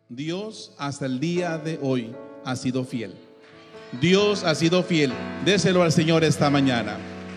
Dios hasta el día de hoy ha sido fiel. Dios ha sido fiel. Déselo al Señor esta mañana.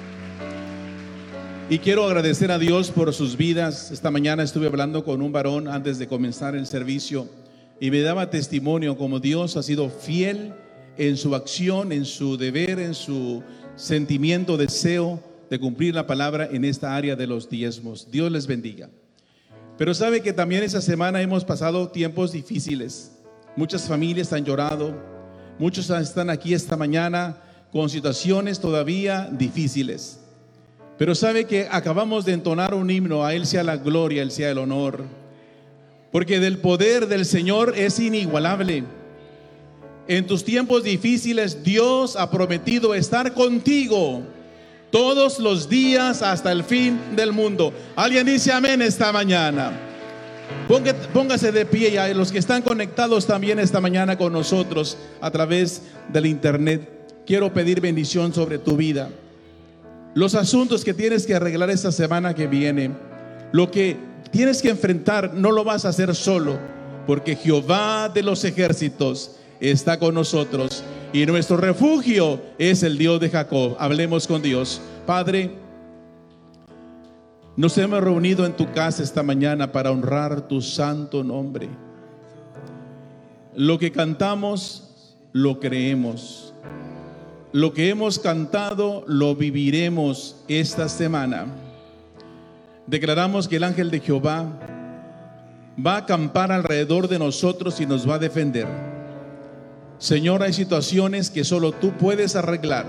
Y quiero agradecer a Dios por sus vidas. Esta mañana estuve hablando con un varón antes de comenzar el servicio y me daba testimonio como Dios ha sido fiel en su acción, en su deber, en su sentimiento, deseo de cumplir la palabra en esta área de los diezmos. Dios les bendiga. Pero sabe que también esta semana hemos pasado tiempos difíciles. Muchas familias han llorado. Muchos están aquí esta mañana con situaciones todavía difíciles. Pero sabe que acabamos de entonar un himno. A Él sea la gloria, a Él sea el honor. Porque del poder del Señor es inigualable. En tus tiempos difíciles Dios ha prometido estar contigo todos los días hasta el fin del mundo. Alguien dice amén esta mañana. Póngase de pie ya. Los que están conectados también esta mañana con nosotros a través del internet, quiero pedir bendición sobre tu vida. Los asuntos que tienes que arreglar esta semana que viene, lo que tienes que enfrentar, no lo vas a hacer solo, porque Jehová de los ejércitos está con nosotros y nuestro refugio es el Dios de Jacob. Hablemos con Dios. Padre, nos hemos reunido en tu casa esta mañana para honrar tu santo nombre. Lo que cantamos, lo creemos. Lo que hemos cantado, lo viviremos esta semana. Declaramos que el ángel de Jehová va a acampar alrededor de nosotros y nos va a defender. Señor, hay situaciones que solo tú puedes arreglar.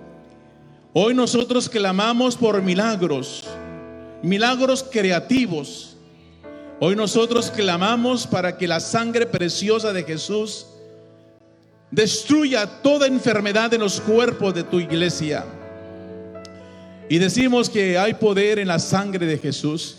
Hoy nosotros clamamos por milagros, milagros creativos. Hoy nosotros clamamos para que la sangre preciosa de Jesús destruya toda enfermedad en los cuerpos de tu iglesia. Y decimos que hay poder en la sangre de Jesús.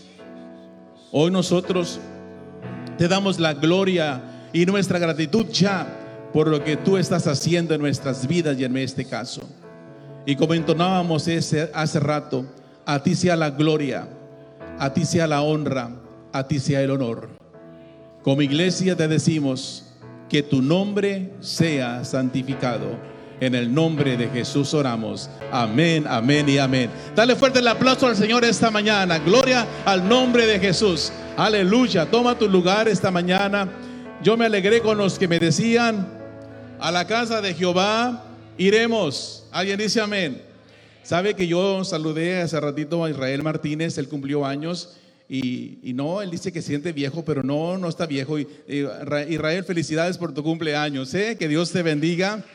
Hoy nosotros te damos la gloria y nuestra gratitud ya por lo que tú estás haciendo en nuestras vidas y en este caso. Y como entonábamos hace rato, a ti sea la gloria, a ti sea la honra, a ti sea el honor. Como iglesia te decimos que tu nombre sea santificado. En el nombre de Jesús oramos. Amén, amén y amén. Dale fuerte el aplauso al Señor esta mañana. Gloria al nombre de Jesús. Aleluya. Toma tu lugar esta mañana. Yo me alegré con los que me decían: a la casa de Jehová iremos. Alguien dice amén. Sabe que yo saludé hace ratito a Israel Martínez. Él cumplió años y no, él dice que se siente viejo, pero no está viejo. Israel, felicidades por tu cumpleaños, que Dios te bendiga.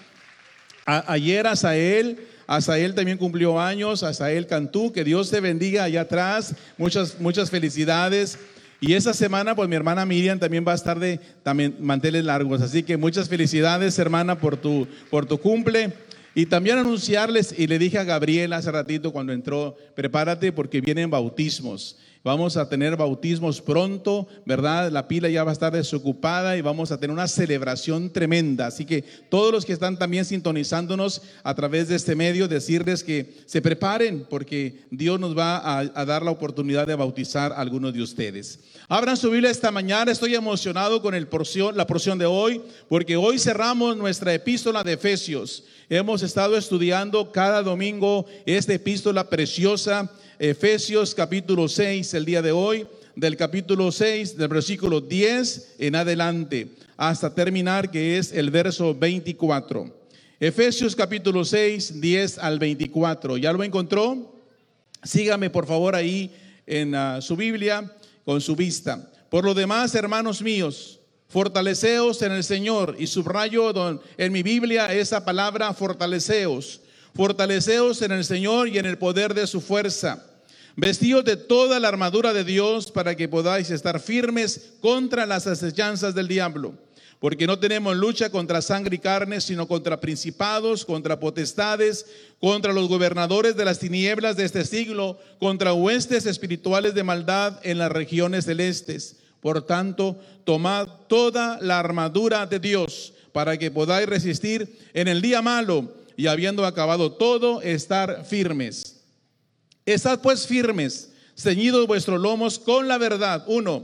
Ayer Asael también cumplió años. Asael Cantú, que Dios te bendiga allá atrás. Muchas felicidades. Y esa semana pues mi hermana Miriam también va a estar de también manteles largos. Así que muchas felicidades, hermana, por tu cumple. Y también anunciarles, y le dije a Gabriela hace ratito cuando entró, prepárate porque vienen bautismos. Vamos a tener bautismos pronto, ¿verdad? La pila ya va a estar desocupada y vamos a tener una celebración tremenda. Así que todos los que están también sintonizándonos a través de este medio, decirles que se preparen porque Dios nos va a dar la oportunidad de bautizar a algunos de ustedes. Abran su Biblia esta mañana. Estoy emocionado con la porción de hoy porque hoy cerramos nuestra epístola de Efesios. Hemos estado estudiando cada domingo esta epístola preciosa, Efesios capítulo 6, el día de hoy, del capítulo 6, del versículo 10 en adelante, hasta terminar, que es el verso 24. Efesios capítulo 6, 10 al 24. ¿Ya lo encontró? Sígame por favor ahí en su Biblia con su vista. Por lo demás, hermanos míos, fortaleceos en el Señor. Y subrayo en mi Biblia esa palabra fortaleceos. Fortaleceos en el Señor y en el poder de su fuerza. Vestíos de toda la armadura de Dios para que podáis estar firmes contra las acechanzas del diablo. Porque no tenemos lucha contra sangre y carne, sino contra principados, contra potestades, contra los gobernadores de las tinieblas de este siglo, contra huestes espirituales de maldad en las regiones celestes. Por tanto, tomad toda la armadura de Dios para que podáis resistir en el día malo y habiendo acabado todo, estar firmes. Estad pues firmes, ceñidos vuestros lomos con la verdad, 1,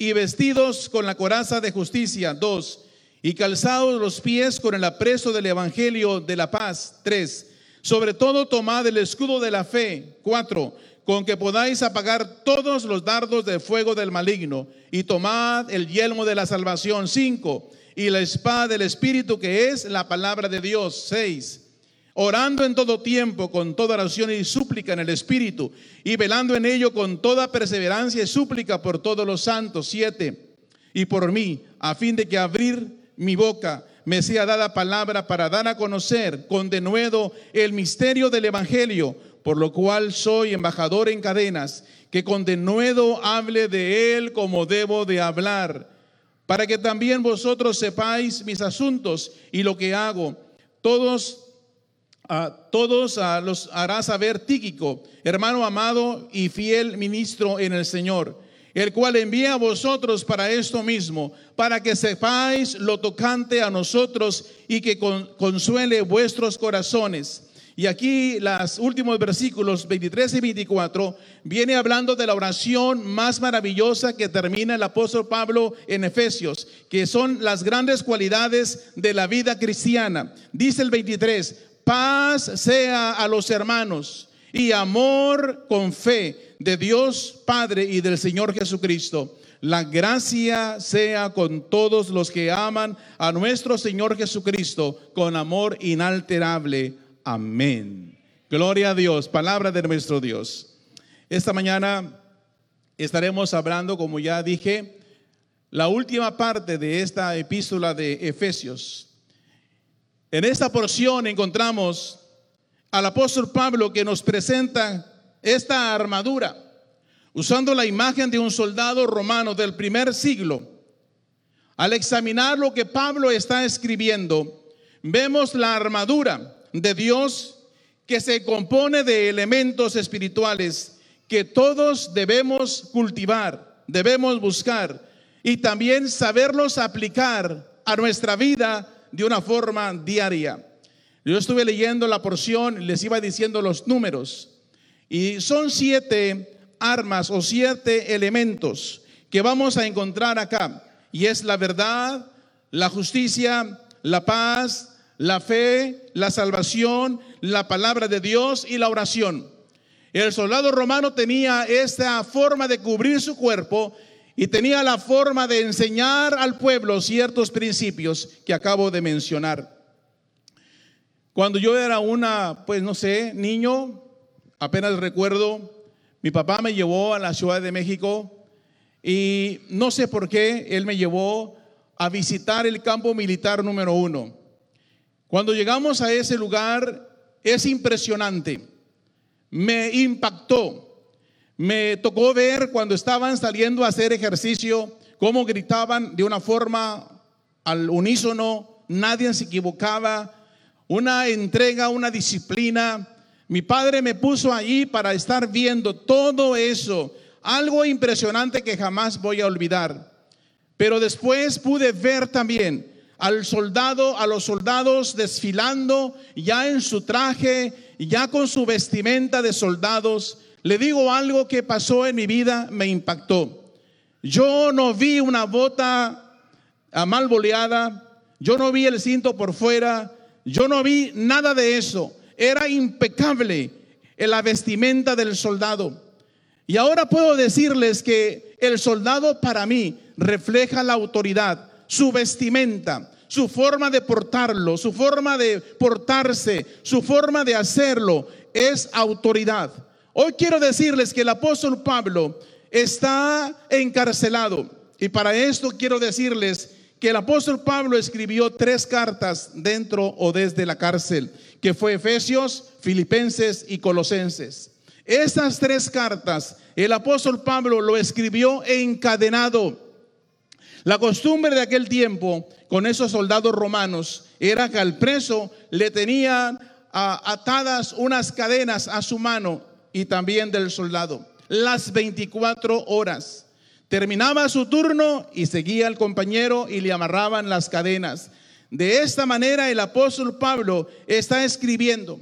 y vestidos con la coraza de justicia. 2. Y calzados los pies con el apresto del evangelio de la paz. 3. Sobre todo tomad el escudo de la fe. 4. Con que podáis apagar todos los dardos de fuego del maligno. Y tomad el yelmo de la salvación. 5. Y la espada del Espíritu, que es la palabra de Dios. 6. Orando en todo tiempo con toda oración y súplica en el Espíritu, y velando en ello con toda perseverancia y súplica por todos los santos. 7. Y por mí, a fin de que abrir mi boca me sea dada palabra para dar a conocer con denuedo el misterio del evangelio, por lo cual soy embajador en cadenas, que con denuedo hable de él como debo de hablar, para que también vosotros sepáis mis asuntos y lo que hago. Todos los hará saber Tíquico, hermano amado y fiel ministro en el Señor, el cual envía a vosotros para esto mismo, para que sepáis lo tocante a nosotros y que consuele vuestros corazones. Y aquí los últimos versículos 23 y 24 viene hablando de la oración más maravillosa que termina el apóstol Pablo en Efesios, que son las grandes cualidades de la vida cristiana. Dice el 23: paz sea a los hermanos y amor con fe de Dios Padre y del Señor Jesucristo. La gracia sea con todos los que aman a nuestro Señor Jesucristo con amor inalterable. Amén. Gloria a Dios, palabra de nuestro Dios. Esta mañana estaremos hablando, como ya dije, la última parte de esta epístola de Efesios. En esta porción encontramos al apóstol Pablo, que nos presenta esta armadura, usando la imagen de un soldado romano del primer siglo. Al examinar lo que Pablo está escribiendo, vemos la armadura de Dios, que se compone de elementos espirituales que todos debemos cultivar, debemos buscar y también saberlos aplicar a nuestra vida de una forma diaria. Yo estuve leyendo la porción, les iba diciendo los números, y son 7 armas o 7 elementos que vamos a encontrar acá, y es la verdad, la justicia, la paz, la fe, la salvación, la palabra de Dios y la oración. El soldado romano tenía esta forma de cubrir su cuerpo y tenía la forma de enseñar al pueblo ciertos principios que acabo de mencionar. Cuando yo era niño, apenas recuerdo, mi papá me llevó a la Ciudad de México y no sé por qué él me llevó a visitar el campo militar número 1. Cuando llegamos a ese lugar, es impresionante, me impactó, me tocó ver cuando estaban saliendo a hacer ejercicio, cómo gritaban de una forma al unísono, nadie se equivocaba, una entrega, una disciplina. Mi padre me puso allí para estar viendo todo eso, algo impresionante que jamás voy a olvidar. Pero después pude ver también a los soldados desfilando ya en su traje, ya con su vestimenta de soldados. Le digo algo que pasó en mi vida, me impactó. Yo no vi una bota mal boleada, yo no vi el cinto por fuera, yo no vi nada de eso. Era impecable en la vestimenta del soldado. Y ahora puedo decirles que el soldado para mí refleja la autoridad. Su vestimenta, su forma de portarlo, su forma de portarse, su forma de hacerlo es autoridad. Hoy quiero decirles que el apóstol Pablo está encarcelado, y para esto quiero decirles que el apóstol Pablo escribió 3 cartas dentro o desde la cárcel, que fue Efesios, Filipenses y Colosenses. Estas 3 cartas el apóstol Pablo lo escribió encadenado. La costumbre de aquel tiempo con esos soldados romanos era que al preso le tenían atadas unas cadenas a su mano y también del soldado, las 24 horas. Terminaba su turno y seguía al compañero y le amarraban las cadenas. De esta manera el apóstol Pablo está escribiendo.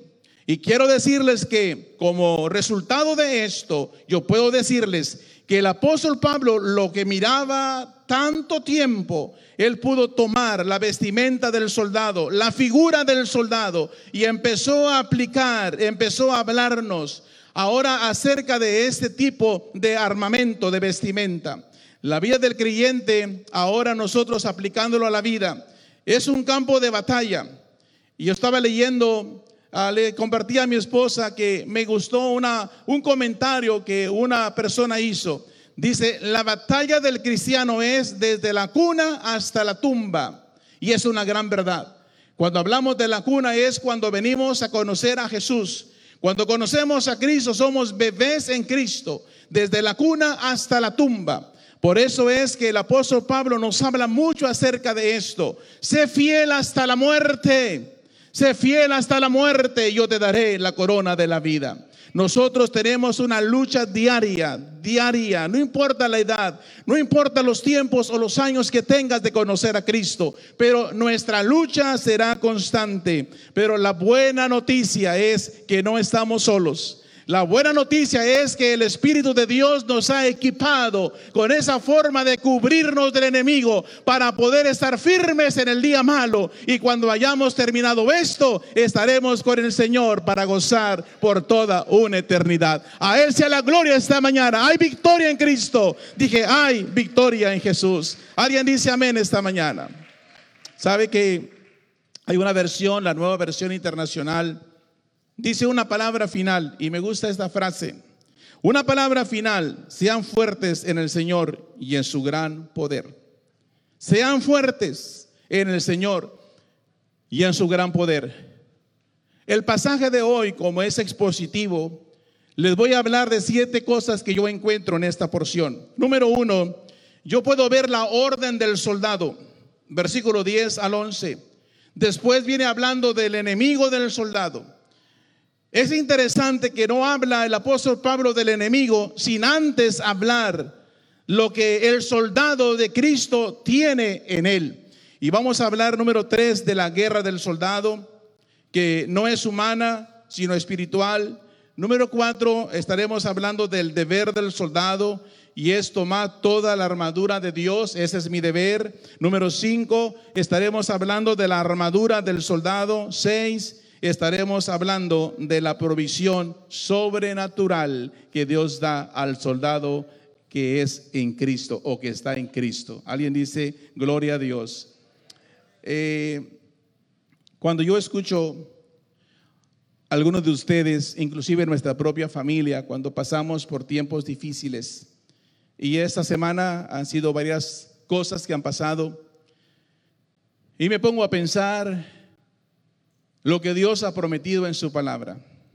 Y quiero decirles que como resultado de esto, yo puedo decirles que el apóstol Pablo, lo que miraba tanto tiempo, él pudo tomar la vestimenta del soldado, la figura del soldado, y empezó a aplicar, empezó a hablarnos ahora acerca de este tipo de armamento, de vestimenta. La vida del creyente, ahora nosotros aplicándolo a la vida, es un campo de batalla. Y yo estaba leyendo, le compartí a mi esposa que me gustó un comentario que una persona hizo. Dice, la batalla del cristiano es desde la cuna hasta la tumba. Y es una gran verdad. Cuando hablamos de la cuna es cuando venimos a conocer a Jesús. Cuando conocemos a Cristo somos bebés en Cristo, desde la cuna hasta la tumba. Por eso es que el apóstol Pablo nos habla mucho acerca de esto. Sé fiel hasta la muerte. Sé fiel hasta la muerte y yo te daré la corona de la vida. Nosotros tenemos una lucha diaria, no importa la edad, no importa los tiempos o los años que tengas de conocer a Cristo, pero nuestra lucha será constante. Pero la buena noticia es que no estamos solos. La buena noticia es que el Espíritu de Dios nos ha equipado con esa forma de cubrirnos del enemigo para poder estar firmes en el día malo. Y cuando hayamos terminado esto, estaremos con el Señor para gozar por toda una eternidad. A Él sea la gloria esta mañana. Hay victoria en Cristo. Dije, hay victoria en Jesús. ¿Alguien dice amén esta mañana? ¿Sabe que hay una versión, la nueva versión internacional? Dice una palabra final y me gusta esta frase. Una palabra final: sean fuertes en el Señor y en su gran poder. Sean fuertes en el Señor y en su gran poder. El pasaje de hoy, como es expositivo, les voy a hablar de 7 cosas que yo encuentro en esta porción. Número 1, yo puedo ver la orden del soldado, versículo 10 al 11. Después viene hablando del enemigo del soldado. Es interesante que no habla el apóstol Pablo del enemigo sin antes hablar lo que el soldado de Cristo tiene en él. Y vamos a hablar, número 3, de la guerra del soldado, que no es humana, sino espiritual. Número 4, estaremos hablando del deber del soldado, y es tomar toda la armadura de Dios. Ese es mi deber. Número 5, estaremos hablando de la armadura del soldado. 6, estaremos hablando de la provisión sobrenatural que Dios da al soldado que es en Cristo o que está en Cristo. Alguien dice, gloria a Dios. Cuando yo escucho a algunos de ustedes, inclusive nuestra propia familia, cuando pasamos por tiempos difíciles, y esta semana han sido varias cosas que han pasado, y me pongo a pensar lo que Dios ha prometido en su palabra.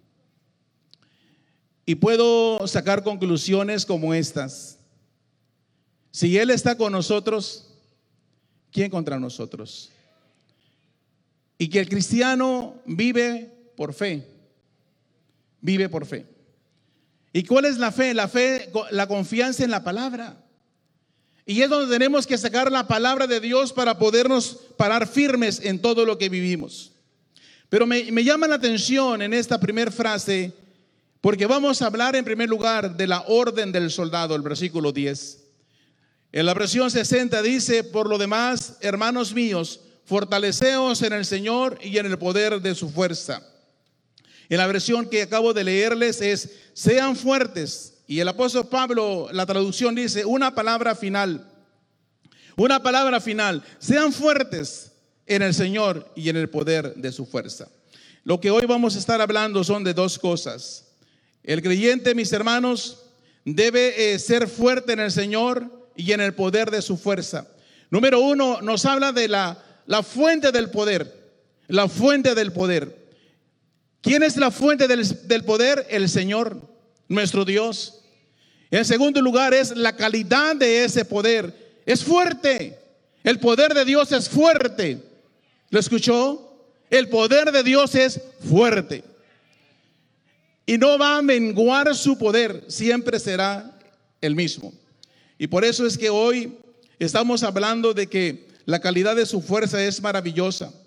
Y puedo sacar conclusiones como estas. Si Él está con nosotros, ¿quién contra nosotros? Y que el cristiano vive por fe. Vive por fe. ¿Y cuál es la fe? La fe, la confianza en la palabra. Y es donde tenemos que sacar la palabra de Dios para podernos parar firmes en todo lo que vivimos. Pero me llama la atención en esta primera frase, porque vamos a hablar en primer lugar de la orden del soldado, el versículo 10. En la versión 60 dice, por lo demás, hermanos míos, fortaleceos en el Señor y en el poder de su fuerza. En la versión que acabo de leerles es, sean fuertes. Y el apóstol Pablo, la traducción dice, una palabra final. Una palabra final, sean fuertes en el Señor y en el poder de su fuerza. Lo que hoy vamos a estar hablando son de 2 cosas. El creyente, mis hermanos, debe ser fuerte en el Señor y en el poder de su fuerza. Número 1, nos habla de la fuente del poder. La fuente del poder. ¿Quién es la fuente del poder? El Señor, nuestro Dios. En segundo lugar es la calidad de ese poder. Es fuerte. El poder de Dios es fuerte. ¿Lo escuchó? El poder de Dios es fuerte. Y no va a menguar su poder, siempre será el mismo. Y por eso es que hoy estamos hablando de que la calidad de su fuerza es maravillosa.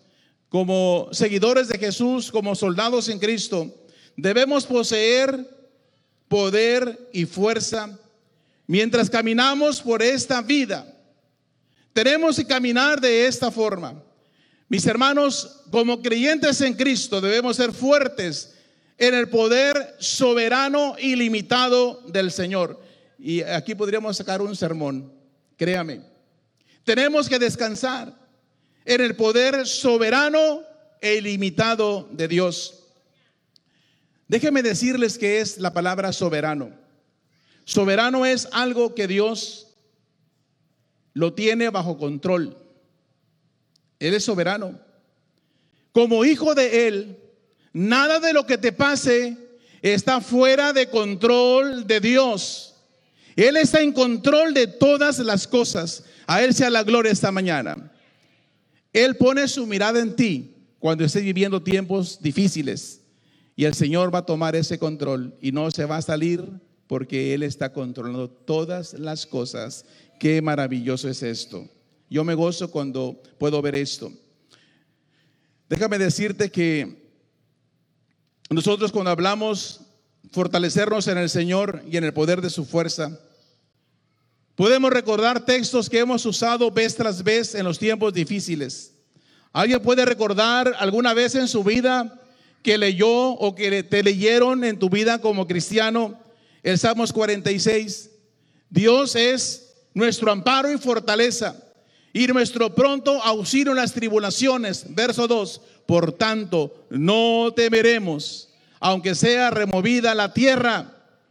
como seguidores de Jesús, como soldados en Cristo, debemos poseer poder y fuerza mientras caminamos por esta vida. Tenemos que caminar de esta forma. Mis hermanos, como creyentes en Cristo, debemos ser fuertes en el poder soberano y limitado del Señor. Y aquí podríamos sacar un sermón, créame. Tenemos que descansar en el poder soberano e ilimitado de Dios. Déjenme decirles qué es la palabra soberano. Soberano es algo que Dios lo tiene bajo control. Él es soberano. Como hijo de Él, nada de lo que te pase está fuera de control de Dios. Él está en control de todas las cosas. A Él sea la gloria esta mañana. Él pone su mirada en ti cuando estés viviendo tiempos difíciles. Y el Señor va a tomar ese control y no se va a salir porque Él está controlando todas las cosas. Qué maravilloso es esto. Yo me gozo cuando puedo ver esto. Déjame decirte que nosotros cuando hablamos fortalecernos en el Señor y en el poder de su fuerza, podemos recordar textos que hemos usado vez tras vez en los tiempos difíciles. ¿Alguien puede recordar alguna vez en su vida que leyó o que te leyeron en tu vida como cristiano el Salmos 46? Dios es nuestro amparo y fortaleza y nuestro pronto auxilio en las tribulaciones. Verso 2: por tanto, no temeremos, aunque sea removida la tierra.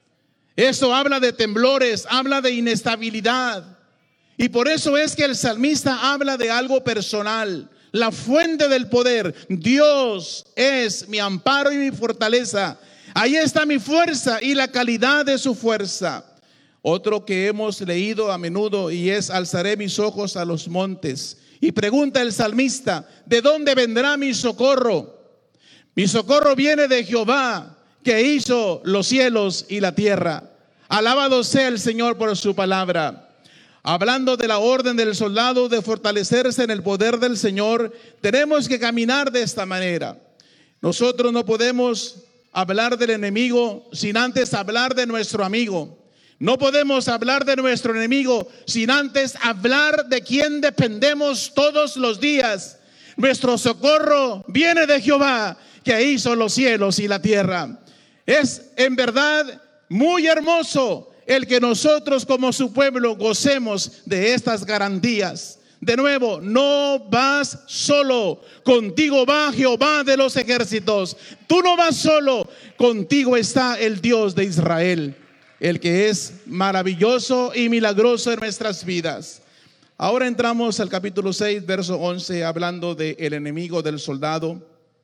Eso habla de temblores, habla de inestabilidad. Y por eso es que el salmista habla de algo personal. La fuente del poder. Dios es mi amparo y mi fortaleza. Ahí está mi fuerza y la calidad de su fuerza. Otro que hemos leído a menudo y es: alzaré mis ojos a los montes. Y pregunta el salmista: ¿de dónde vendrá mi socorro? Mi socorro viene de Jehová, que hizo los cielos y la tierra. Alabado sea el Señor por su palabra. Hablando de la orden del soldado de fortalecerse en el poder del Señor, tenemos que caminar de esta manera. Nosotros no podemos hablar del enemigo sin antes hablar de nuestro amigo. No podemos hablar de nuestro enemigo sin antes hablar de quien dependemos todos los días. Nuestro socorro viene de Jehová, que hizo los cielos y la tierra. Es en verdad muy hermoso el que nosotros como su pueblo gocemos de estas garantías. De nuevo, no vas solo, contigo va Jehová de los ejércitos. Tú no vas solo, contigo está el Dios de Israel, el que es maravilloso y milagroso en nuestras vidas. Ahora entramos al capítulo 6, verso 11, hablando del enemigo del soldado.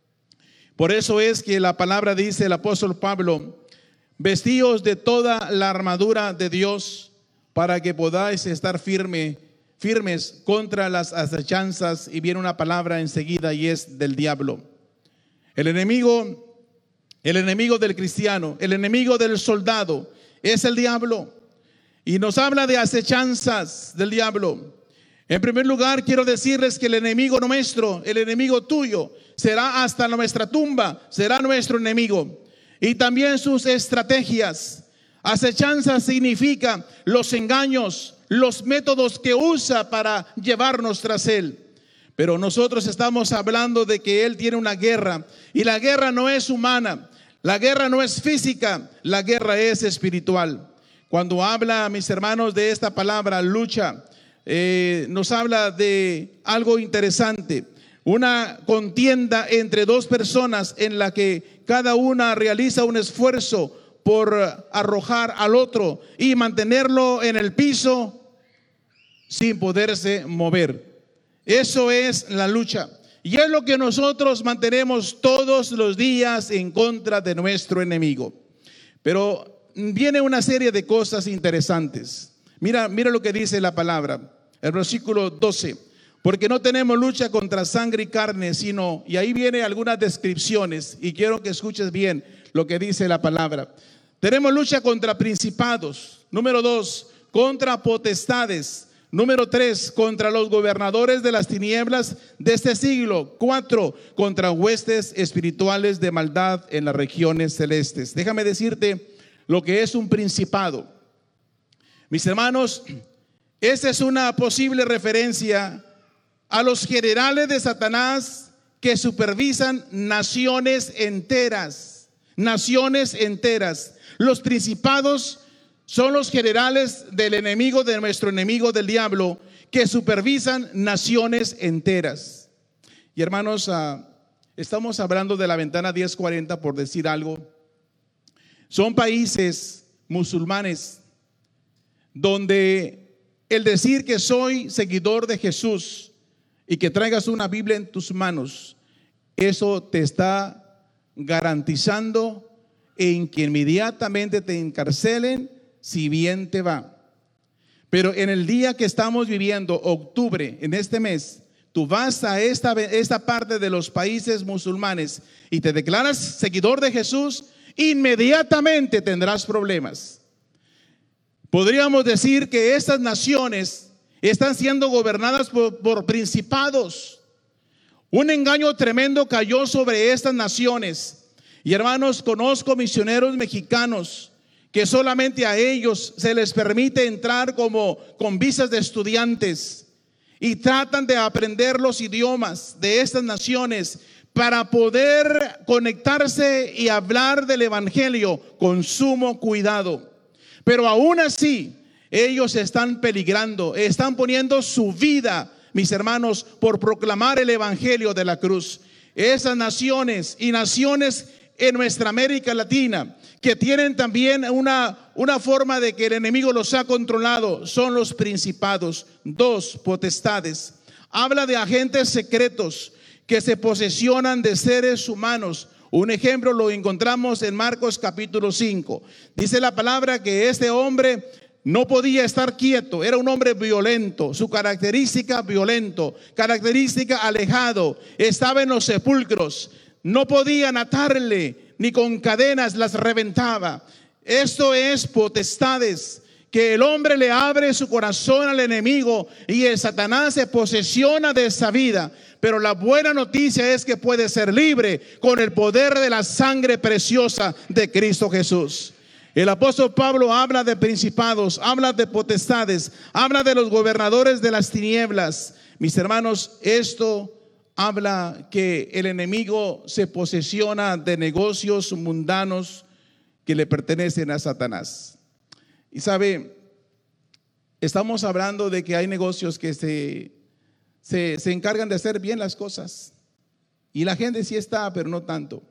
Por eso es que la palabra dice el apóstol Pablo: vestíos de toda la armadura de Dios para que podáis estar firmes contra las acechanzas. Y viene una palabra enseguida y es del diablo. El enemigo del cristiano, el enemigo del soldado es el diablo. Y nos habla de acechanzas del diablo. En primer lugar, quiero decirles que el enemigo nuestro, el enemigo tuyo, será hasta nuestra tumba, será nuestro enemigo. Y también sus estrategias. Acechanza significa los engaños, los métodos que usa para llevarnos tras él. Pero nosotros estamos hablando de que él tiene una guerra. Y la guerra no es humana, la guerra no es física, la guerra es espiritual. Cuando habla, mis hermanos, de esta palabra lucha, nos habla de algo interesante. Una contienda entre dos personas en la que cada una realiza un esfuerzo por arrojar al otro y mantenerlo en el piso sin poderse mover. Eso es la lucha. Y es lo que nosotros mantenemos todos los días en contra de nuestro enemigo. Pero viene una serie de cosas interesantes. Mira lo que dice la palabra, el versículo 12. Porque no tenemos lucha contra sangre y carne, sino, y ahí viene algunas descripciones, y quiero que escuches bien lo que dice la palabra. Tenemos lucha contra principados. Número 2, contra potestades, Número 3, contra los gobernadores de las tinieblas de este siglo. 4, contra huestes espirituales de maldad en las regiones celestes. Déjame decirte lo que es un principado. Mis hermanos, esa es una posible referencia a los generales de Satanás que supervisan naciones enteras. Naciones enteras. Los principados son los generales del enemigo, de nuestro enemigo, del diablo, que supervisan naciones enteras. Y hermanos, estamos hablando de la ventana 1040, por decir algo. Son países musulmanes donde el decir que soy seguidor de Jesús y que traigas una Biblia en tus manos, eso te está garantizando en que inmediatamente te encarcelen si bien te va. Pero en el día que estamos viviendo, octubre, en este mes, tú vas a esta parte de los países musulmanes y te declaras seguidor de Jesús, inmediatamente tendrás problemas. Podríamos decir que estas naciones están siendo gobernadas por principados. Un engaño tremendo cayó sobre estas naciones. Y hermanos, conozco misioneros mexicanos que solamente a ellos se les permite entrar con visas de estudiantes y tratan de aprender los idiomas de estas naciones para poder conectarse y hablar del evangelio con sumo cuidado. Pero aún así, ellos están peligrando, están poniendo su vida, mis hermanos, por proclamar el evangelio de la cruz. Esas naciones y naciones en nuestra América Latina que tienen también una forma de que el enemigo los ha controlado, son los principados. 2, potestades. Habla de agentes secretos que se posesionan de seres humanos. Un ejemplo lo encontramos en Marcos capítulo 5. Dice la palabra que este hombre no podía estar quieto, era un hombre violento, su característica violento, característica alejado, estaba en los sepulcros, no podían atarle, ni con cadenas las reventaba. Esto es potestades, que el hombre le abre su corazón al enemigo y el Satanás se posesiona de esa vida. Pero la buena noticia es que puede ser libre con el poder de la sangre preciosa de Cristo Jesús. El apóstol Pablo habla de principados, habla de potestades, habla de los gobernadores de las tinieblas. Mis hermanos, esto habla que el enemigo se posesiona de negocios mundanos que le pertenecen a Satanás. Y sabe, estamos hablando de que hay negocios que se encargan de hacer bien las cosas. Y la gente sí está, pero no tanto.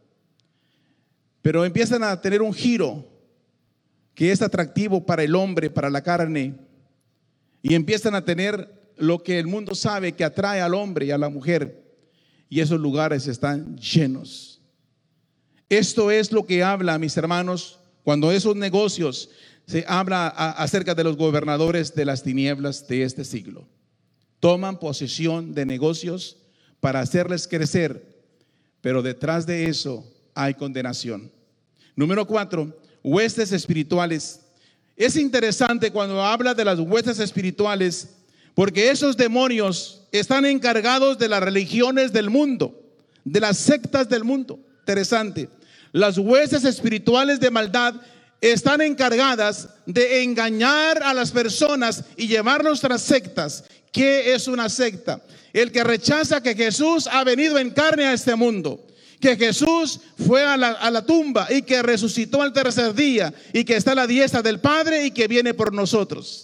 Pero empiezan a tener un giro que es atractivo para el hombre, para la carne. Y empiezan a tener lo que el mundo sabe que atrae al hombre y a la mujer. Y esos lugares están llenos. Esto es lo que habla, mis hermanos, cuando esos negocios se habla acerca de los gobernadores de las tinieblas de este siglo. Toman posesión de negocios para hacerles crecer, pero detrás de eso hay condenación. Número 4, huestes espirituales. Es interesante cuando habla de las huestes espirituales, porque esos demonios están encargados de las religiones del mundo, de las sectas del mundo. Interesante. Las huestes espirituales de maldad están encargadas de engañar a las personas y llevarlos tras sectas. ¿Qué es una secta? El que rechaza que Jesús ha venido en carne a este mundo, que Jesús fue a la tumba y que resucitó al tercer día y que está a la diestra del Padre y que viene por nosotros.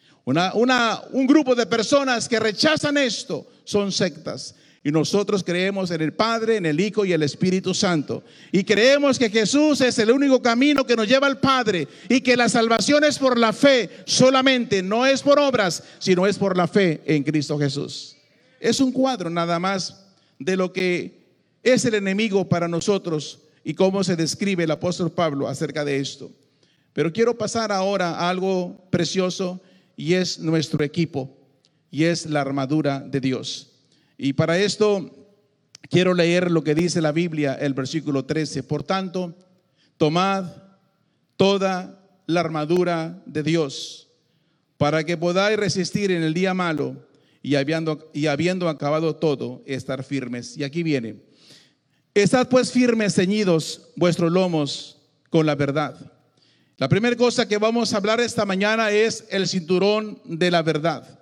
Un grupo de personas que rechazan esto son sectas. Y nosotros creemos en el Padre, en el Hijo y el Espíritu Santo. Y creemos que Jesús es el único camino que nos lleva al Padre. Y que la salvación es por la fe solamente, no es por obras, sino es por la fe en Cristo Jesús. Es un cuadro nada más de lo que es el enemigo para nosotros y cómo se describe el apóstol Pablo acerca de esto. Pero quiero pasar ahora a algo precioso, y es nuestro equipo, y es la armadura de Dios. Y para esto quiero leer lo que dice la Biblia, el versículo 13. Por tanto, tomad toda la armadura de Dios para que podáis resistir en el día malo y habiendo acabado todo, estar firmes. Y aquí viene: estad pues firmes, ceñidos vuestros lomos con la verdad. La primera cosa que vamos a hablar esta mañana es el cinturón de la verdad.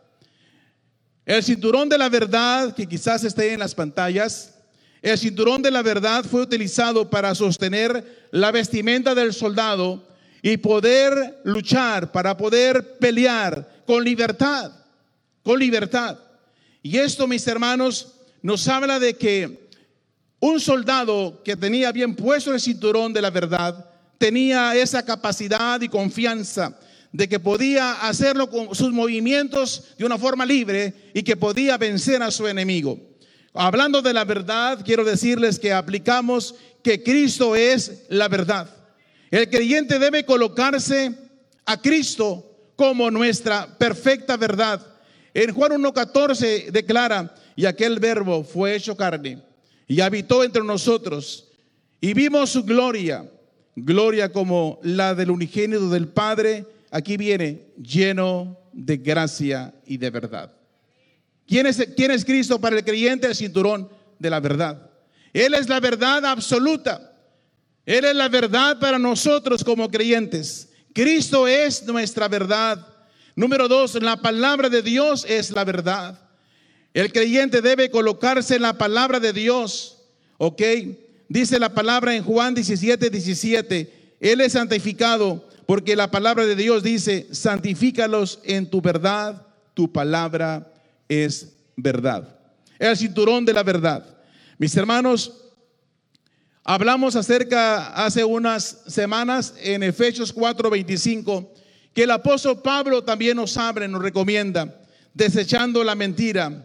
El cinturón de la verdad, que quizás esté en las pantallas, el cinturón de la verdad fue utilizado para sostener la vestimenta del soldado y poder luchar, para poder pelear con libertad, con libertad. Y esto, mis hermanos, nos habla de que un soldado que tenía bien puesto el cinturón de la verdad tenía esa capacidad y confianza de que podía hacerlo con sus movimientos de una forma libre y que podía vencer a su enemigo. Hablando de la verdad, quiero decirles que aplicamos que Cristo es la verdad. El creyente debe colocarse a Cristo como nuestra perfecta verdad. En Juan 1:14 declara: y aquel verbo fue hecho carne y habitó entre nosotros, y vimos su gloria, gloria como la del unigénito del Padre. Aquí viene: lleno de gracia y de verdad. ¿Quién es Cristo para el creyente? El cinturón de la verdad. Él es la verdad absoluta. Él es la verdad para nosotros como creyentes. Cristo es nuestra verdad. Número 2, la palabra de Dios es la verdad. El creyente debe colocarse en la palabra de Dios. ¿Ok? Dice la palabra en Juan 17:17. Él es santificado porque la palabra de Dios dice: santifícalos en tu verdad, tu palabra es verdad. El cinturón de la verdad. Mis hermanos, hablamos acerca hace unas semanas en Efesios 4:25 que el apóstol Pablo también nos recomienda: desechando la mentira,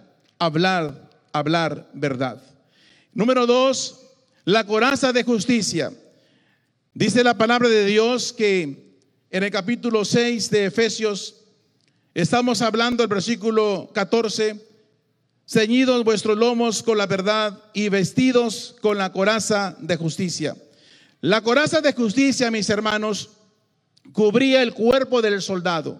hablar verdad. Número 2, la coraza de justicia. Dice la palabra de Dios que en el capítulo 6 de Efesios, estamos hablando del versículo 14: ceñidos vuestros lomos con la verdad y vestidos con la coraza de justicia. La coraza de justicia, mis hermanos, cubría el cuerpo del soldado,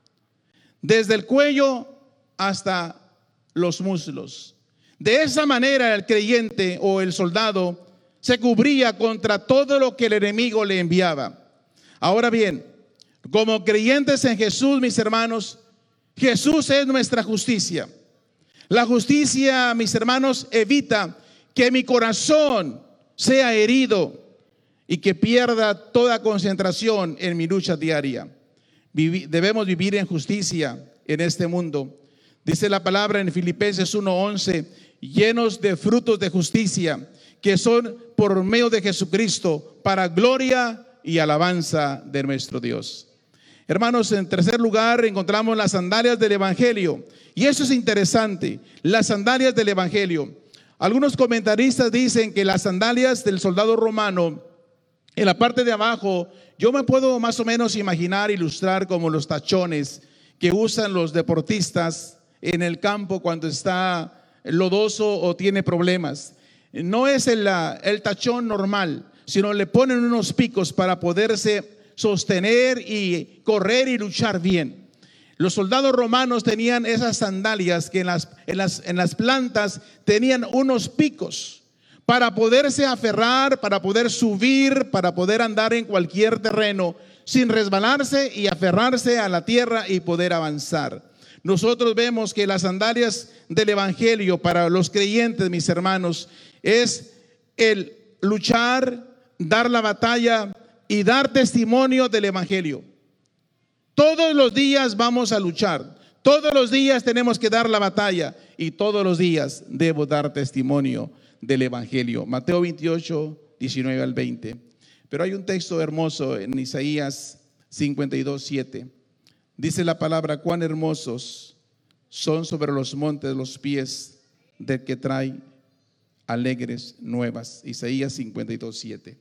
desde el cuello hasta los muslos. De esa manera el creyente o el soldado se cubría contra todo lo que el enemigo le enviaba. Ahora bien, como creyentes en Jesús, mis hermanos, Jesús es nuestra justicia. La justicia, mis hermanos, evita que mi corazón sea herido y que pierda toda concentración en mi lucha diaria. Debemos vivir en justicia en este mundo. Dice la palabra en Filipenses 1:11: llenos de frutos de justicia, que son por medio de Jesucristo, para gloria y alabanza de nuestro Dios. Hermanos, en tercer lugar encontramos las sandalias del Evangelio. Y eso es interesante, las sandalias del Evangelio. Algunos comentaristas dicen que las sandalias del soldado romano, en la parte de abajo, yo me puedo más o menos imaginar, ilustrar como los tachones que usan los deportistas en el campo cuando está lodoso o tiene problemas. No es el tachón normal, sino le ponen unos picos para poderse sostener y correr y luchar bien. Los soldados romanos tenían esas sandalias que en las plantas tenían unos picos para poderse aferrar, para poder subir, para poder andar en cualquier terreno sin resbalarse y aferrarse a la tierra y poder avanzar. Nosotros vemos que las sandalias del Evangelio para los creyentes, mis hermanos, es el luchar, dar la batalla y dar testimonio del Evangelio. Todos los días vamos a luchar, todos los días tenemos que dar la batalla y todos los días debo dar testimonio del Evangelio. Mateo 28:19-20. Pero hay un texto hermoso en Isaías 52:7. Dice la palabra: cuán hermosos son sobre los montes los pies del que trae alegres nuevas. Isaías 52:7.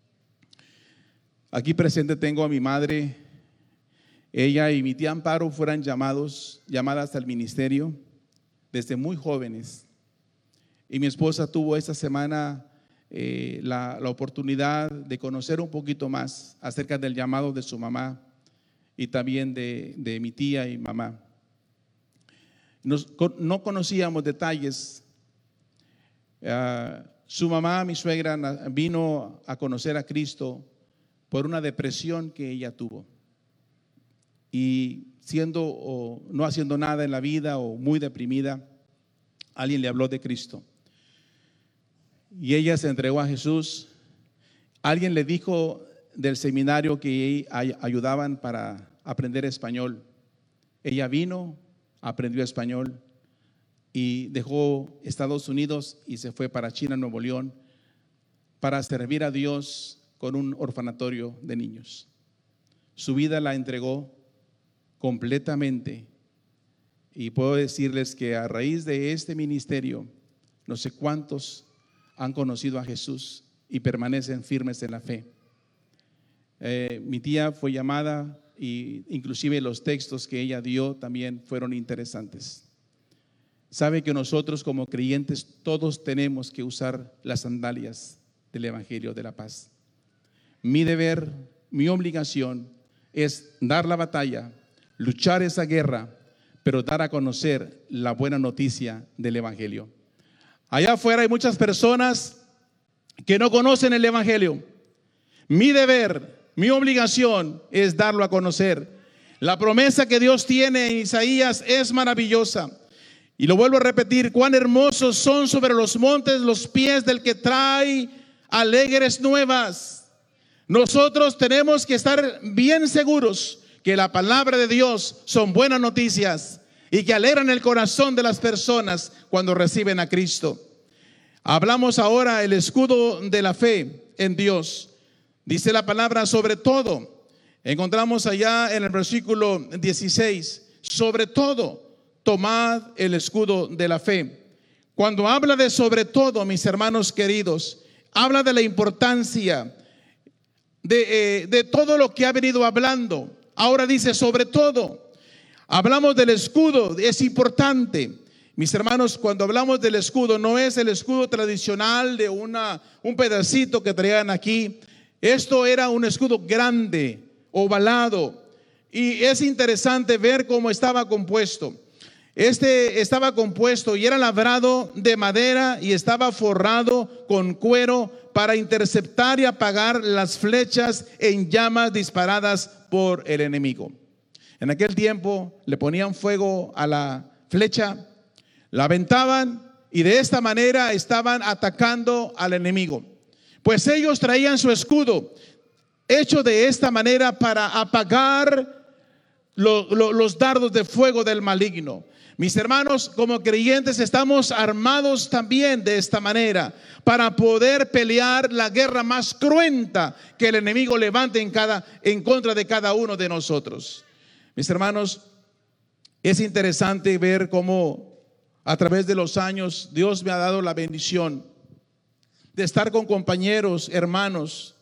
Aquí presente tengo a mi madre. Ella y mi tía Amparo fueron llamadas al ministerio desde muy jóvenes. Y mi esposa tuvo esta semana la oportunidad de conocer un poquito más acerca del llamado de su mamá y también de mi tía y mamá. No conocíamos detalles. Su mamá, mi suegra, vino a conocer a Cristo por una depresión que ella tuvo. Y siendo o no haciendo nada en la vida o muy deprimida, alguien le habló de Cristo. Y ella se entregó a Jesús. Alguien le dijo del seminario que ayudaban para aprender español. Ella vino, aprendió español y dejó Estados Unidos y se fue para China, Nuevo León, para servir a Dios con un orfanatorio de niños. Su vida la entregó completamente, y puedo decirles que a raíz de este ministerio, no sé cuántos han conocido a Jesús y permanecen firmes en la fe. Mi tía fue llamada y inclusive los textos que ella dio también fueron interesantes. Sabe que nosotros como creyentes todos tenemos que usar las sandalias del Evangelio de la paz. Mi deber, mi obligación es dar la batalla, luchar esa guerra, pero dar a conocer la buena noticia del Evangelio. Allá afuera hay muchas personas que no conocen el Evangelio. Mi deber, mi obligación es darlo a conocer. La promesa que Dios tiene en Isaías es maravillosa. Y lo vuelvo a repetir: cuán hermosos son sobre los montes los pies del que trae alegres nuevas. Nosotros tenemos que estar bien seguros que la palabra de Dios son buenas noticias y que alegran el corazón de las personas cuando reciben a Cristo. Hablamos ahora el escudo de la fe en Dios. Dice la palabra sobre todo. Encontramos allá en el versículo 16, sobre todo, tomad el escudo de la fe. Cuando habla de sobre todo, mis hermanos queridos, habla de la importancia de todo lo que ha venido hablando. Ahora dice sobre todo. Hablamos del escudo, es importante. Mis hermanos, cuando hablamos del escudo, no es el escudo tradicional de un pedacito que traían aquí. Esto era un escudo grande, ovalado, y es interesante ver cómo estaba compuesto. Estaba compuesto y era labrado de madera y estaba forrado con cuero para interceptar y apagar las flechas en llamas disparadas por el enemigo. En aquel tiempo le ponían fuego a la flecha, la aventaban y de esta manera estaban atacando al enemigo. Pues ellos traían su escudo hecho de esta manera para apagar los dardos de fuego del maligno. Mis hermanos, como creyentes estamos armados también de esta manera para poder pelear la guerra más cruenta que el enemigo levante en contra de cada uno de nosotros. Mis hermanos, es interesante ver cómo a través de los años Dios me ha dado la bendición de estar con compañeros, hermanos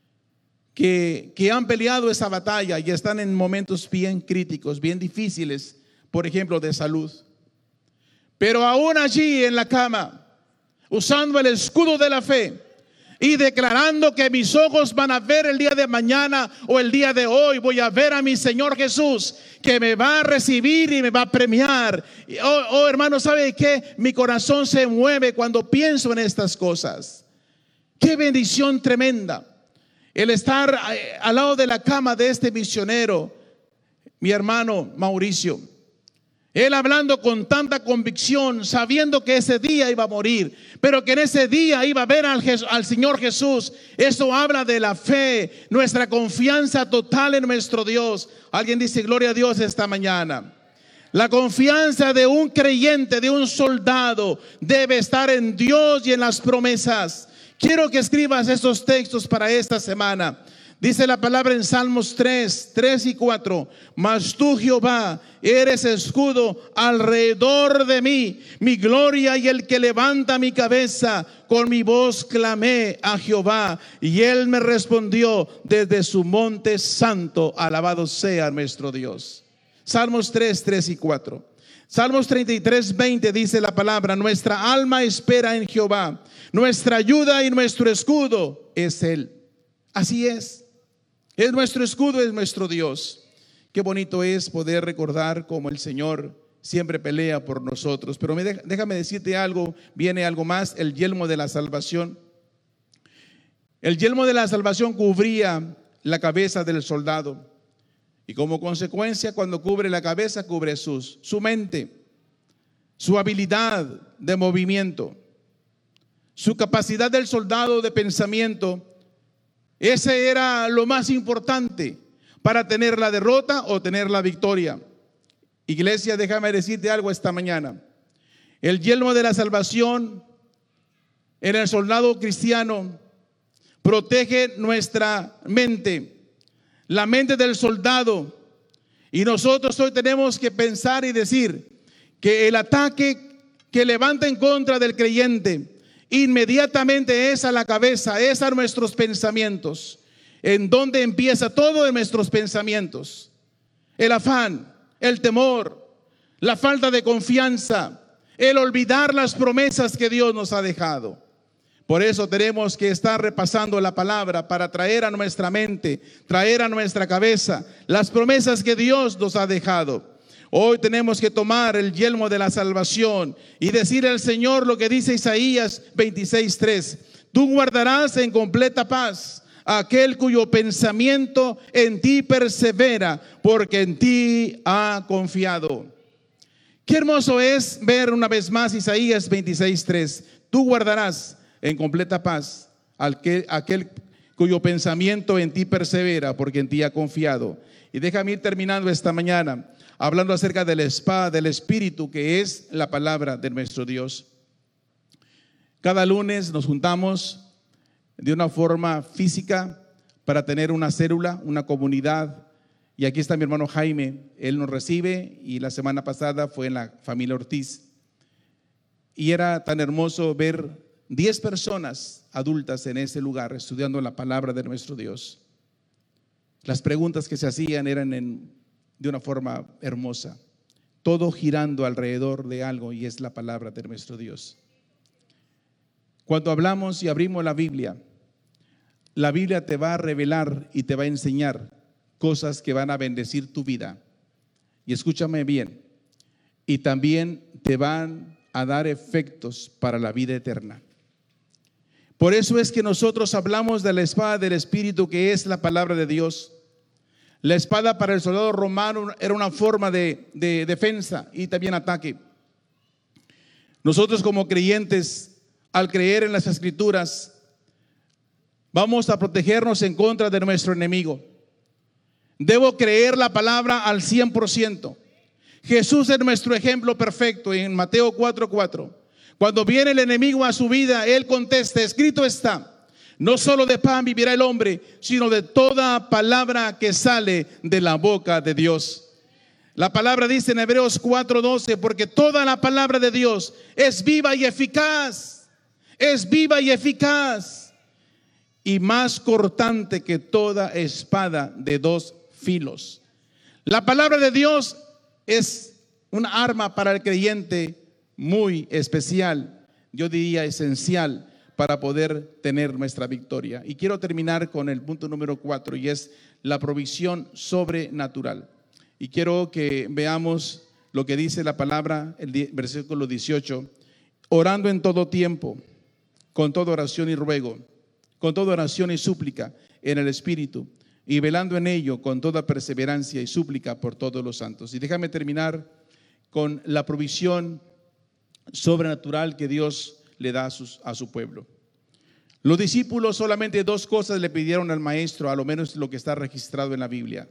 que han peleado esa batalla y están en momentos bien críticos, bien difíciles, por ejemplo de salud, pero aún allí en la cama, usando el escudo de la fe y declarando que mis ojos van a ver el día de mañana o el día de hoy, voy a ver a mi Señor Jesús que me va a recibir y me va a premiar. Oh hermano, ¿sabe qué? Mi corazón se mueve cuando pienso en estas cosas. Qué bendición tremenda el estar al lado de la cama de este misionero, mi hermano Mauricio. Él hablando con tanta convicción, sabiendo que ese día iba a morir, pero que en ese día iba a ver al Señor Jesús. Eso habla de la fe, nuestra confianza total en nuestro Dios. Alguien dice gloria a Dios esta mañana. La confianza de un creyente, de un soldado, debe estar en Dios y en las promesas. Quiero que escribas estos textos para esta semana. Dice la palabra en Salmos 3 y 4: mas tú, Jehová, eres escudo alrededor de mí, mi gloria y el que levanta mi cabeza. Con mi voz clamé a Jehová y él me respondió desde su monte santo. Alabado sea nuestro Dios. Salmos 3 y 4. Salmos 33:20 dice la palabra: nuestra alma espera en Jehová, nuestra ayuda y nuestro escudo es él. Así es nuestro escudo, es nuestro Dios. Qué bonito es poder recordar cómo el Señor siempre pelea por nosotros. Pero déjame decirte algo, viene algo más, el yelmo de la salvación. El yelmo de la salvación cubría la cabeza del soldado. Y como consecuencia, cuando cubre la cabeza, cubre su mente, su habilidad de movimiento, su capacidad del soldado de pensamiento. Ese era lo más importante para tener la derrota o tener la victoria. Iglesia, déjame decirte algo esta mañana. El yelmo de la salvación en el soldado cristiano protege nuestra mente, la mente del soldado. Y nosotros hoy tenemos que pensar y decir que el ataque que levanta en contra del creyente inmediatamente es a la cabeza, es a nuestros pensamientos. ¿En dónde empieza todo? En nuestros pensamientos. El afán, el temor, la falta de confianza, el olvidar las promesas que Dios nos ha dejado. Por eso tenemos que estar repasando la palabra para traer a nuestra mente, traer a nuestra cabeza las promesas que Dios nos ha dejado. Hoy tenemos que tomar el yelmo de la salvación y decir al Señor lo que dice Isaías 26:3. Tú guardarás en completa paz a aquel cuyo pensamiento en ti persevera, porque en ti ha confiado. Qué hermoso es ver una vez más Isaías 26:3. Tú guardarás en completa paz aquel cuyo pensamiento en ti persevera, porque en ti ha confiado. Y déjame ir terminando esta mañana hablando acerca de la espada del Espíritu, que es la palabra de nuestro Dios. Cada lunes nos juntamos de una forma física para tener una célula, una comunidad. Y aquí está mi hermano Jaime, él nos recibe, y la semana pasada fue en la familia Ortiz. Y era tan hermoso ver 10 personas adultas en ese lugar estudiando la palabra de nuestro Dios. Las preguntas que se hacían eran de una forma hermosa, todo girando alrededor de algo, y es la palabra de nuestro Dios. Cuando hablamos y abrimos la Biblia te va a revelar y te va a enseñar cosas que van a bendecir tu vida. Y escúchame bien, y también te van a dar efectos para la vida eterna. Por eso es que nosotros hablamos de la espada del Espíritu, que es la palabra de Dios. La espada para el soldado romano era una forma de defensa y también ataque. Nosotros como creyentes, al creer en las Escrituras, vamos a protegernos en contra de nuestro enemigo. Debo creer la palabra al 100%. Jesús es nuestro ejemplo perfecto en Mateo 4:4. Cuando viene el enemigo a su vida, él contesta: escrito está, no solo de pan vivirá el hombre, sino de toda palabra que sale de la boca de Dios. La palabra dice en Hebreos 4:12, porque toda la palabra de Dios es viva y eficaz, y más cortante que toda espada de 2 filos. La palabra de Dios es una arma para el creyente muy especial, yo diría esencial, para poder tener nuestra victoria. Y quiero terminar con el punto número 4, y es la provisión sobrenatural. Y quiero que veamos lo que dice la palabra, el versículo 18: orando en todo tiempo, con toda oración y ruego, con toda oración y súplica en el Espíritu, y velando en ello con toda perseverancia y súplica por todos los santos. Y déjame terminar con la provisión sobrenatural que Dios le da a su pueblo. Los discípulos solamente 2 cosas le pidieron al maestro, a lo menos lo que está registrado en la Biblia.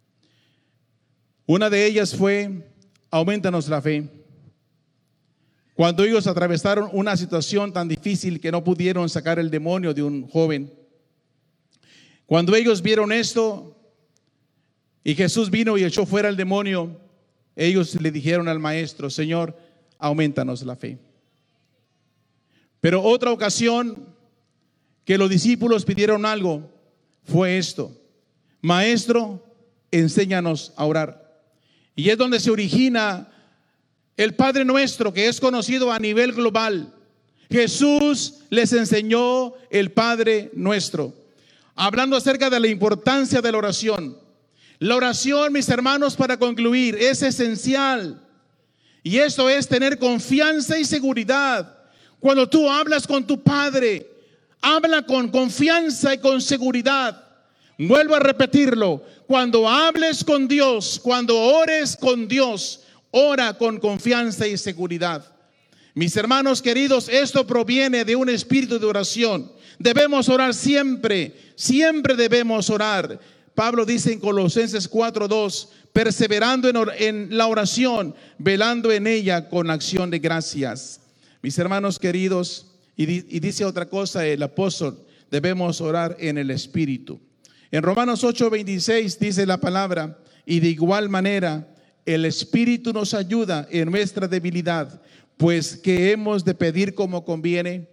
Una de ellas fue: aumentanos la fe. Cuando ellos atravesaron una situación tan difícil que no pudieron sacar el demonio de un joven, cuando ellos vieron esto y Jesús vino y echó fuera el demonio, ellos le dijeron al maestro: Señor, aumentanos la fe. Pero otra ocasión que los discípulos pidieron algo fue esto: Maestro, enséñanos a orar. Y es donde se origina el Padre Nuestro, que es conocido a nivel global. Jesús les enseñó el Padre Nuestro, hablando acerca de la importancia de la oración. La oración, mis hermanos, para concluir, es esencial. Y esto es tener confianza y seguridad. Cuando tú hablas con tu Padre, habla con confianza y con seguridad. Vuelvo a repetirlo. Cuando hables con Dios, cuando ores con Dios, ora con confianza y seguridad. Mis hermanos queridos, esto proviene de un espíritu de oración. Debemos orar siempre, siempre debemos orar. Pablo dice en Colosenses 4:2, perseverando en la oración, velando en ella con acción de gracias. Mis hermanos queridos, y dice otra cosa el apóstol, debemos orar en el Espíritu. En Romanos 8:26 dice la palabra, y de igual manera el Espíritu nos ayuda en nuestra debilidad, pues que hemos de pedir como conviene.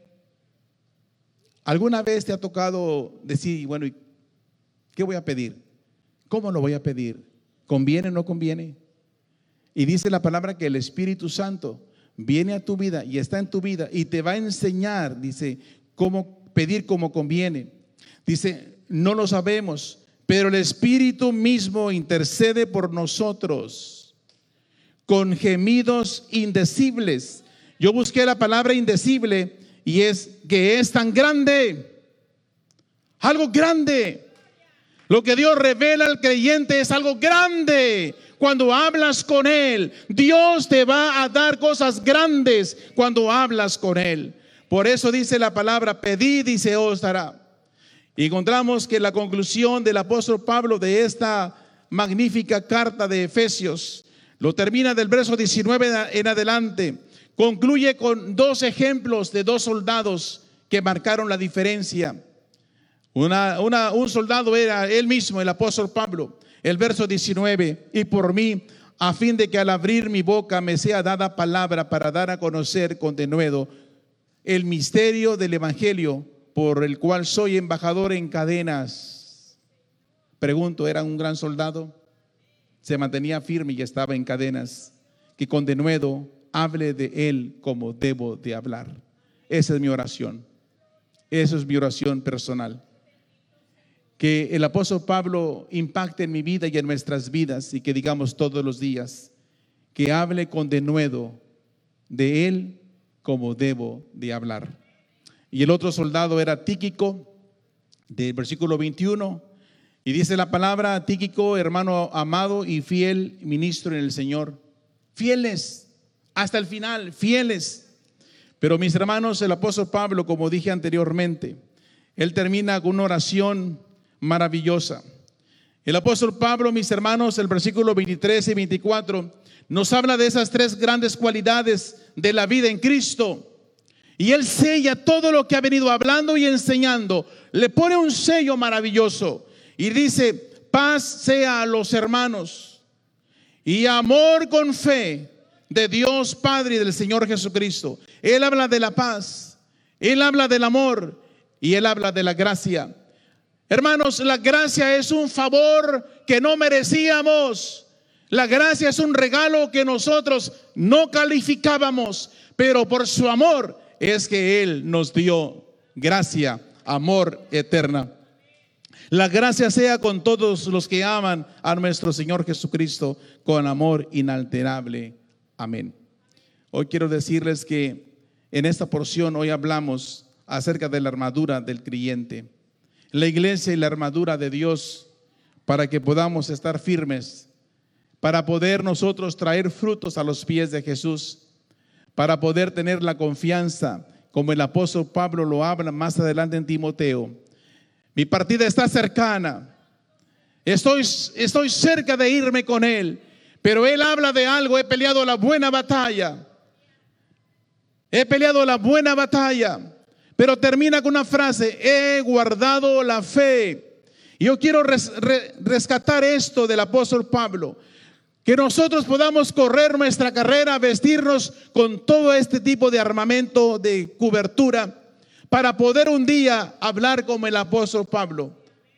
¿Alguna vez te ha tocado decir, bueno, ¿qué voy a pedir? ¿Cómo lo voy a pedir? ¿Conviene o no conviene? Y dice la palabra que el Espíritu Santo viene a tu vida y está en tu vida y te va a enseñar, dice, cómo pedir como conviene. Dice, no lo sabemos, pero el Espíritu mismo intercede por nosotros con gemidos indecibles. Yo busqué la palabra indecible y es que es tan grande, algo grande. Lo que Dios revela al creyente es algo grande. Cuando hablas con Él, Dios te va a dar cosas grandes cuando hablas con Él. Por eso dice la palabra, pedid y se os dará. Y encontramos que la conclusión del apóstol Pablo de esta magnífica carta de Efesios, lo termina del verso 19 en adelante. Concluye con dos ejemplos de dos soldados que marcaron la diferencia. Un soldado era él mismo, el apóstol Pablo. El verso 19, y por mí, a fin de que al abrir mi boca me sea dada palabra para dar a conocer con denuedo el misterio del evangelio, por el cual soy embajador en cadenas. Pregunto, ¿era un gran soldado? Se mantenía firme y estaba en cadenas. Que con denuedo hable de él como debo de hablar. Esa es mi oración. Esa es mi oración personal. Que el apóstol Pablo impacte en mi vida y en nuestras vidas, y que digamos todos los días, que hable con denuedo de él como debo de hablar. Y el otro soldado era Tíquico, del versículo 21, y dice la palabra, Tíquico, hermano amado y fiel ministro en el Señor. Fieles hasta el final, fieles. Pero mis hermanos, el apóstol Pablo, como dije anteriormente, él termina con una oración maravillosa. El apóstol Pablo, mis hermanos, el versículo 23 y 24 nos habla de esas tres grandes cualidades de la vida en Cristo, y él sella todo lo que ha venido hablando y enseñando, le pone un sello maravilloso y dice, paz sea a los hermanos y amor con fe de Dios Padre y del Señor Jesucristo. Él habla de la paz, él habla del amor y él habla de la gracia. Hermanos, la gracia es un favor que no merecíamos. La gracia es un regalo que nosotros no calificábamos, pero por su amor es que Él nos dio gracia, amor eterna. La gracia sea con todos los que aman a nuestro Señor Jesucristo con amor inalterable. Amén. Hoy quiero decirles que en esta porción hoy hablamos acerca de la armadura del creyente. La iglesia y la armadura de Dios para que podamos estar firmes, para poder nosotros traer frutos a los pies de Jesús, para poder tener la confianza, como el apóstol Pablo lo habla más adelante en Timoteo. Mi partida está cercana, estoy cerca de irme con Él, pero Él habla de algo, he peleado la buena batalla, he peleado la buena batalla. Pero termina con una frase, he guardado la fe. Y yo quiero rescatar esto del apóstol Pablo, que nosotros podamos correr nuestra carrera, vestirnos con todo este tipo de armamento, de cobertura, para poder un día hablar como el apóstol Pablo,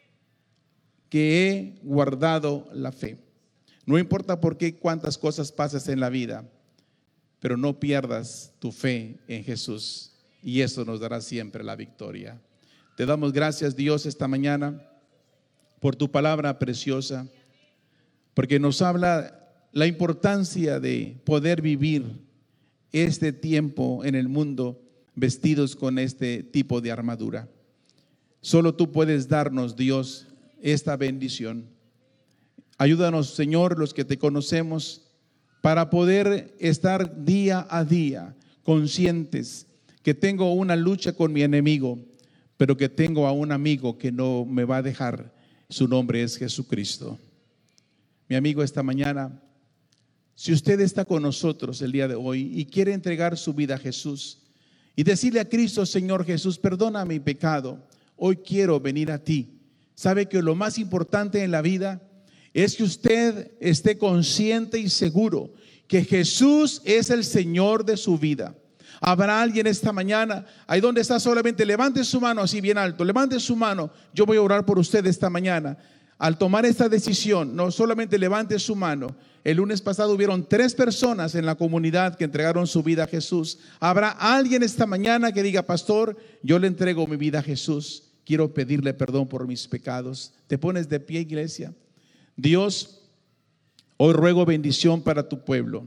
que he guardado la fe. No importa por qué, cuántas cosas pases en la vida, pero no pierdas tu fe en Jesús. Y eso nos dará siempre la victoria. Te damos gracias, Dios, esta mañana por tu palabra preciosa. porque nos habla la importancia de poder vivir este tiempo en el mundo vestidos con este tipo de armadura. Solo tú puedes darnos, Dios, esta bendición. Ayúdanos, Señor, los que te conocemos, para poder estar día a día conscientes que tengo una lucha con mi enemigo, pero que tengo a un amigo que no me va a dejar. Su nombre es Jesucristo. Mi amigo, esta mañana, si usted está con nosotros el día de hoy y quiere entregar su vida a Jesús y decirle a Cristo: Señor Jesús, perdona mi pecado, hoy quiero venir a ti. Sabe que lo más importante en la vida es que usted esté consciente y seguro que Jesús es el Señor de su vida. Habrá alguien esta mañana, ahí donde está, solamente levante su mano así bien alto, levante su mano. Yo voy a orar por usted esta mañana. Al tomar esta decisión, no solamente levante su mano. El lunes pasado hubieron 3 personas en la comunidad que entregaron su vida a Jesús. Habrá alguien esta mañana que diga: pastor, yo le entrego mi vida a Jesús, quiero pedirle perdón por mis pecados. Te pones de pie, iglesia. Dios, hoy ruego bendición para tu pueblo.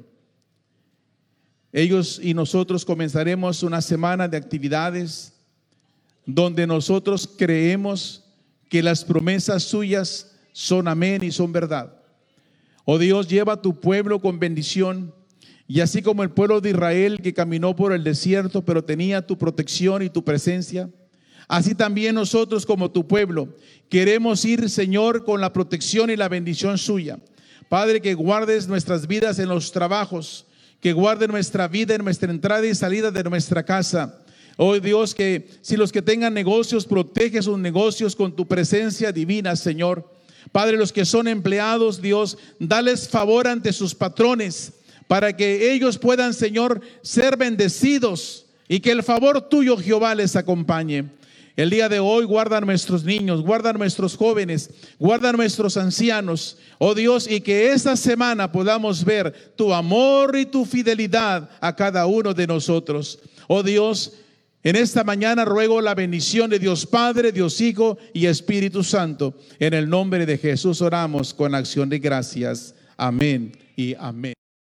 Ellos y nosotros comenzaremos una semana de actividades donde nosotros creemos que las promesas suyas son amén y son verdad. Oh Dios, lleva a tu pueblo con bendición, y así como el pueblo de Israel que caminó por el desierto pero tenía tu protección y tu presencia, así también nosotros como tu pueblo queremos ir, Señor, con la protección y la bendición suya. Padre, que guardes nuestras vidas en los trabajos, que guarde nuestra vida en nuestra entrada y salida de nuestra casa. Oh Dios, que si los que tengan negocios, protege sus negocios con tu presencia divina, Señor. Padre, los que son empleados, Dios, dales favor ante sus patrones, para que ellos puedan, Señor, ser bendecidos, y que el favor tuyo, Jehová, les acompañe. El día de hoy guarda a nuestros niños, guarda a nuestros jóvenes, guarda a nuestros ancianos, oh Dios, y que esta semana podamos ver tu amor y tu fidelidad a cada uno de nosotros. Oh Dios, en esta mañana ruego la bendición de Dios Padre, Dios Hijo y Espíritu Santo. En el nombre de Jesús oramos con acción de gracias. Amén y amén.